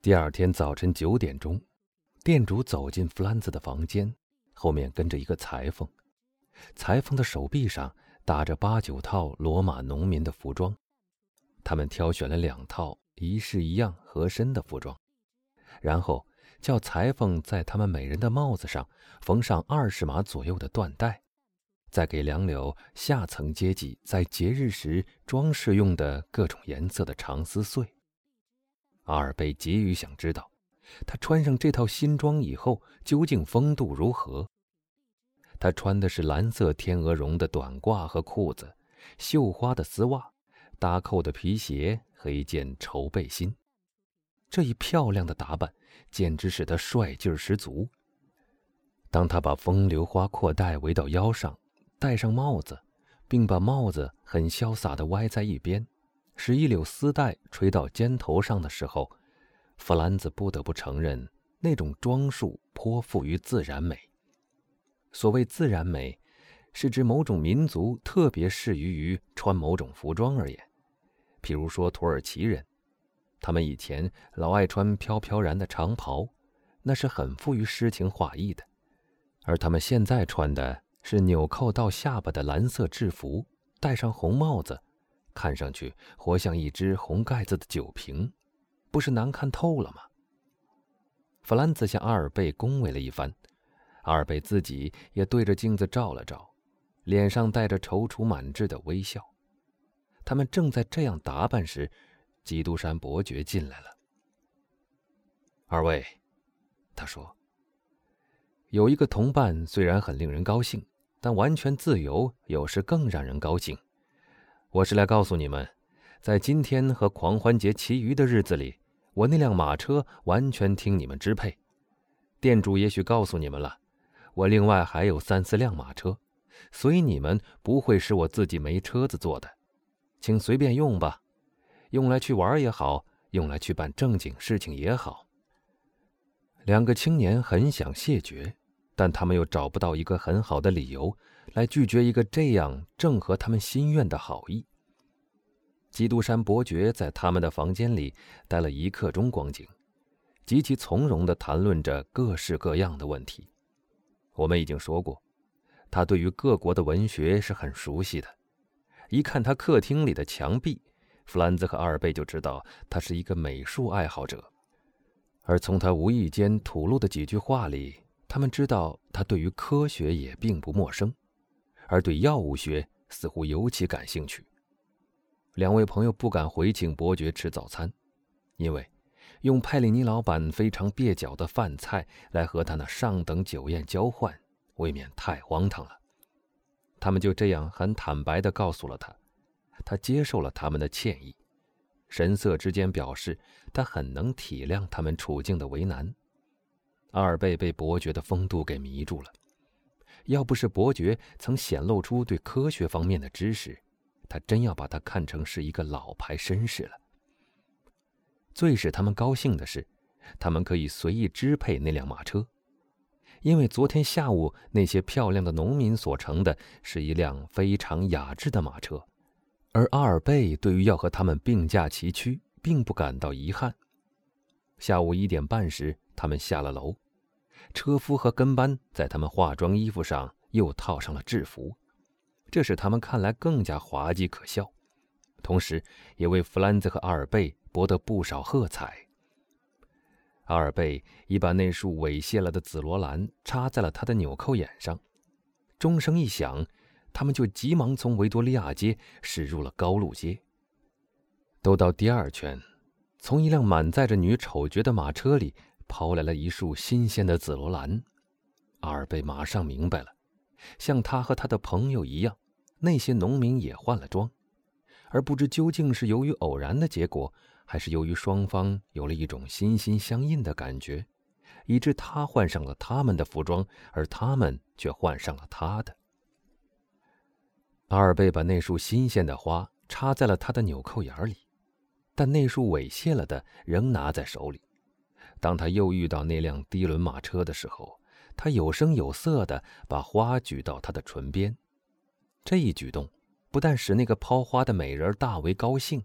第二天早晨9点钟，店主走进弗兰兹的房间，后面跟着一个裁缝。裁缝的手臂上打着8、9套罗马农民的服装，他们挑选了2套一式一样合身的服装，然后叫裁缝在他们每人的帽子上缝上20码左右的缎带，再给2绺下层阶级在节日时装饰用的各种颜色的长丝穗。阿尔贝急于想知道，他穿上这套新装以后究竟风度如何。他穿的是蓝色天鹅绒的短褂和裤子，绣花的丝袜，搭扣的皮鞋，黑件绸背心。这一漂亮的打扮简直使他帅劲十足。当他把风流花阔带围到腰上，戴上帽子，并把帽子很潇洒地歪在一边，使一绺丝带垂到肩头上的时候，弗兰兹不得不承认，那种装束颇富于自然美。所谓自然美，是指某种民族特别适于穿某种服装而言。譬如说土耳其人，他们以前老爱穿飘飘然的长袍，那是很富于诗情画意的。而他们现在穿的是纽扣到下巴的蓝色制服，戴上红帽子，看上去活像一只红盖子的酒瓶，不是难看透了吗？弗兰兹向阿尔贝恭维了一番，阿尔贝自己也对着镜子照了照，脸上带着踌躇满志的微笑。他们正在这样打扮时，基督山伯爵进来了。二位，他说，有一个同伴虽然很令人高兴，但完全自由有时更让人高兴。我是来告诉你们，在今天和狂欢节其余的日子里，我那辆马车完全听你们支配。店主也许告诉你们了，我另外还有3、4辆马车，所以你们不会使我自己没车子坐的。请随便用吧，用来去玩也好，用来去办正经事情也好。2个青年很想谢绝，但他们又找不到一个很好的理由来拒绝一个这样正合他们心愿的好意。基督山伯爵在他们的房间里待了1刻钟光景，极其从容地谈论着各式各样的问题。我们已经说过，他对于各国的文学是很熟悉的。一看他客厅里的墙壁，弗兰兹和阿尔贝就知道他是一个美术爱好者。而从他无意间吐露的几句话里，他们知道他对于科学也并不陌生，而对药物学似乎尤其感兴趣。2位朋友不敢回请伯爵吃早餐，因为用派里尼老板非常蹩脚的饭菜来和他那上等酒宴交换，未免太荒唐了。他们就这样很坦白地告诉了他，他接受了他们的歉意，神色之间表示他很能体谅他们处境的为难。阿尔贝被伯爵的风度给迷住了，要不是伯爵曾显露出对科学方面的知识，他真要把他看成是一个老牌绅士了。最使他们高兴的是，他们可以随意支配那辆马车，因为昨天下午那些漂亮的农民所乘的是一辆非常雅致的马车，而阿尔贝对于要和他们并驾齐驱并不感到遗憾。下午1点半时，他们下了楼，车夫和跟班在他们化妆衣服上又套上了制服，这使他们看来更加滑稽可笑，同时也为弗兰兹和阿尔贝博得不少喝彩。阿尔贝已把那束猥亵了的紫罗兰插在了他的纽扣眼上，钟声一响，他们就急忙从维多利亚街驶入了高路街。都到第2圈，从一辆满载着女丑角的马车里抛来了一束新鲜的紫罗兰。阿尔贝马上明白了，像他和他的朋友一样，那些农民也换了装，而不知究竟是由于偶然的结果，还是由于双方有了一种心心相印的感觉，以致他换上了他们的服装，而他们却换上了他的。阿尔贝把那束新鲜的花插在了他的纽扣眼里，但那束猥亵了的仍拿在手里。当他又遇到那辆低轮马车的时候，他有声有色地把花举到他的唇边。这一举动不但使那个抛花的美人大为高兴，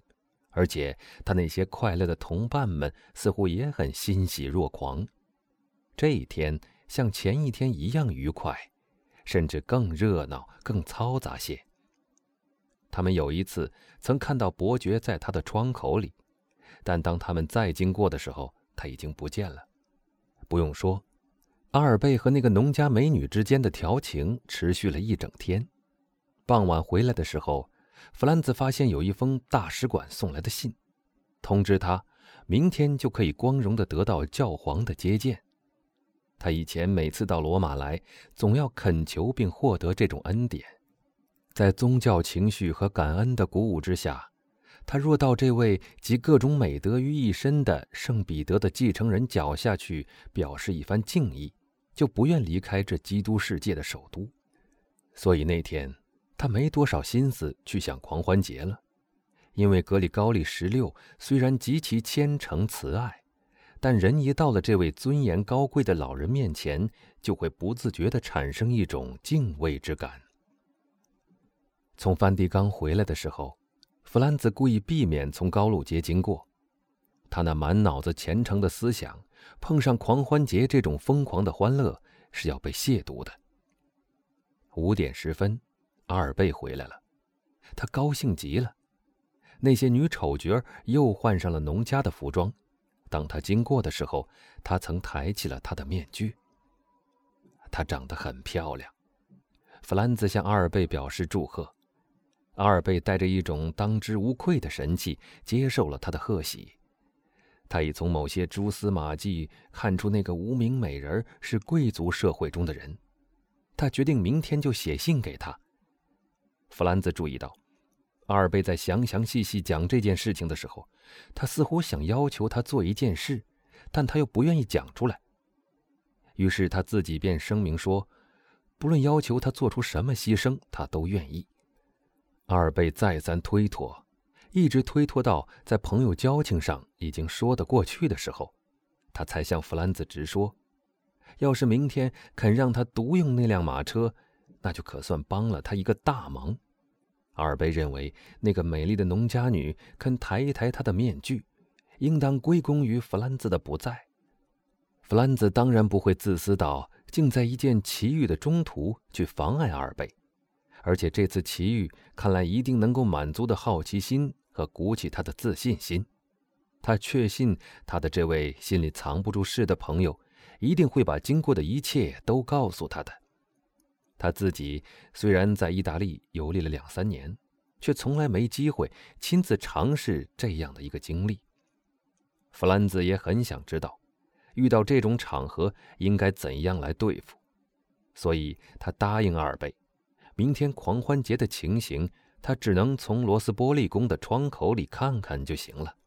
而且他那些快乐的同伴们似乎也很欣喜若狂。这一天像前一天一样愉快，甚至更热闹、更嘈杂些。他们有一次曾看到伯爵在他的窗口里，但当他们再经过的时候，他已经不见了。不用说，阿尔贝和那个农家美女之间的调情持续了一整天。傍晚回来的时候，弗兰兹发现有一封大使馆送来的信，通知他明天就可以光荣地得到教皇的接见。他以前每次到罗马来，总要恳求并获得这种恩典。在宗教情绪和感恩的鼓舞之下，他若到这位集各种美德于一身的圣彼得的继承人脚下去表示一番敬意，就不愿离开这基督世界的首都。所以那天他没多少心思去想狂欢节了，因为格里高利16虽然极其虔诚慈爱，但人一到了这位尊严高贵的老人面前，就会不自觉地产生一种敬畏之感。从梵蒂冈回来的时候，弗兰兹故意避免从高路街经过。他那满脑子虔诚的思想，碰上狂欢节这种疯狂的欢乐，是要被亵渎的。5点10分，阿尔贝回来了，他高兴极了。那些女丑角又换上了农家的服装，当他经过的时候，他曾抬起了他的面具。她长得很漂亮。弗兰兹向阿尔贝表示祝贺。阿尔贝带着一种当之无愧的神气接受了他的贺喜。他已从某些蛛丝马迹看出那个无名美人是贵族社会中的人。他决定明天就写信给他。弗兰兹注意到，阿尔贝在详细讲这件事情的时候，他似乎想要求他做一件事，但他又不愿意讲出来。于是他自己便声明说，不论要求他做出什么牺牲，他都愿意。阿尔贝再三推脱，一直推脱到在朋友交情上已经说得过去的时候，他才向弗兰兹直说，要是明天肯让他独用那辆马车，那就可算帮了他一个大忙。阿尔贝认为那个美丽的农家女肯抬一抬他的面具，应当归功于弗兰兹的不在。弗兰兹当然不会自私到竟在一件奇遇的中途去妨碍阿尔贝，而且这次奇遇看来一定能够满足的好奇心和鼓起他的自信心。他确信他的这位心里藏不住事的朋友一定会把经过的一切都告诉他的。他自己虽然在意大利游历了2、3年，却从来没机会亲自尝试这样的一个经历。弗兰兹也很想知道，遇到这种场合应该怎样来对付，所以他答应阿尔贝，明天狂欢节的情形，他只能从罗斯波利宫的窗口里看看就行了。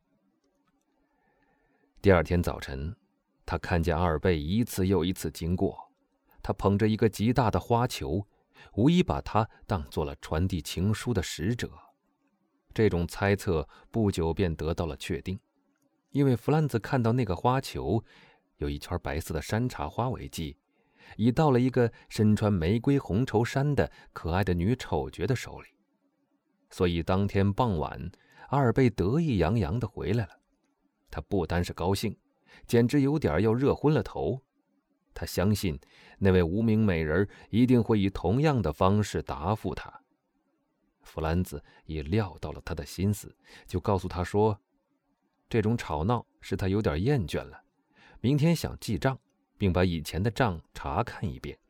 第二天早晨，他看见阿尔贝一次又一次经过，他捧着一个极大的花球，无疑把他当作了传递情书的使者。这种猜测不久便得到了确定，因为弗兰兹看到那个花球有一圈白色的山茶花为记，已到了一个身穿玫瑰红绸衫的可爱的女丑角的手里。所以当天傍晚，阿尔贝得意洋洋地回来了。他不单是高兴，简直有点要热昏了头。他相信那位无名美人一定会以同样的方式答复他。弗兰兹也料到了他的心思，就告诉他说，这种吵闹使他有点厌倦了，明天想记账，并把以前的账查看一遍。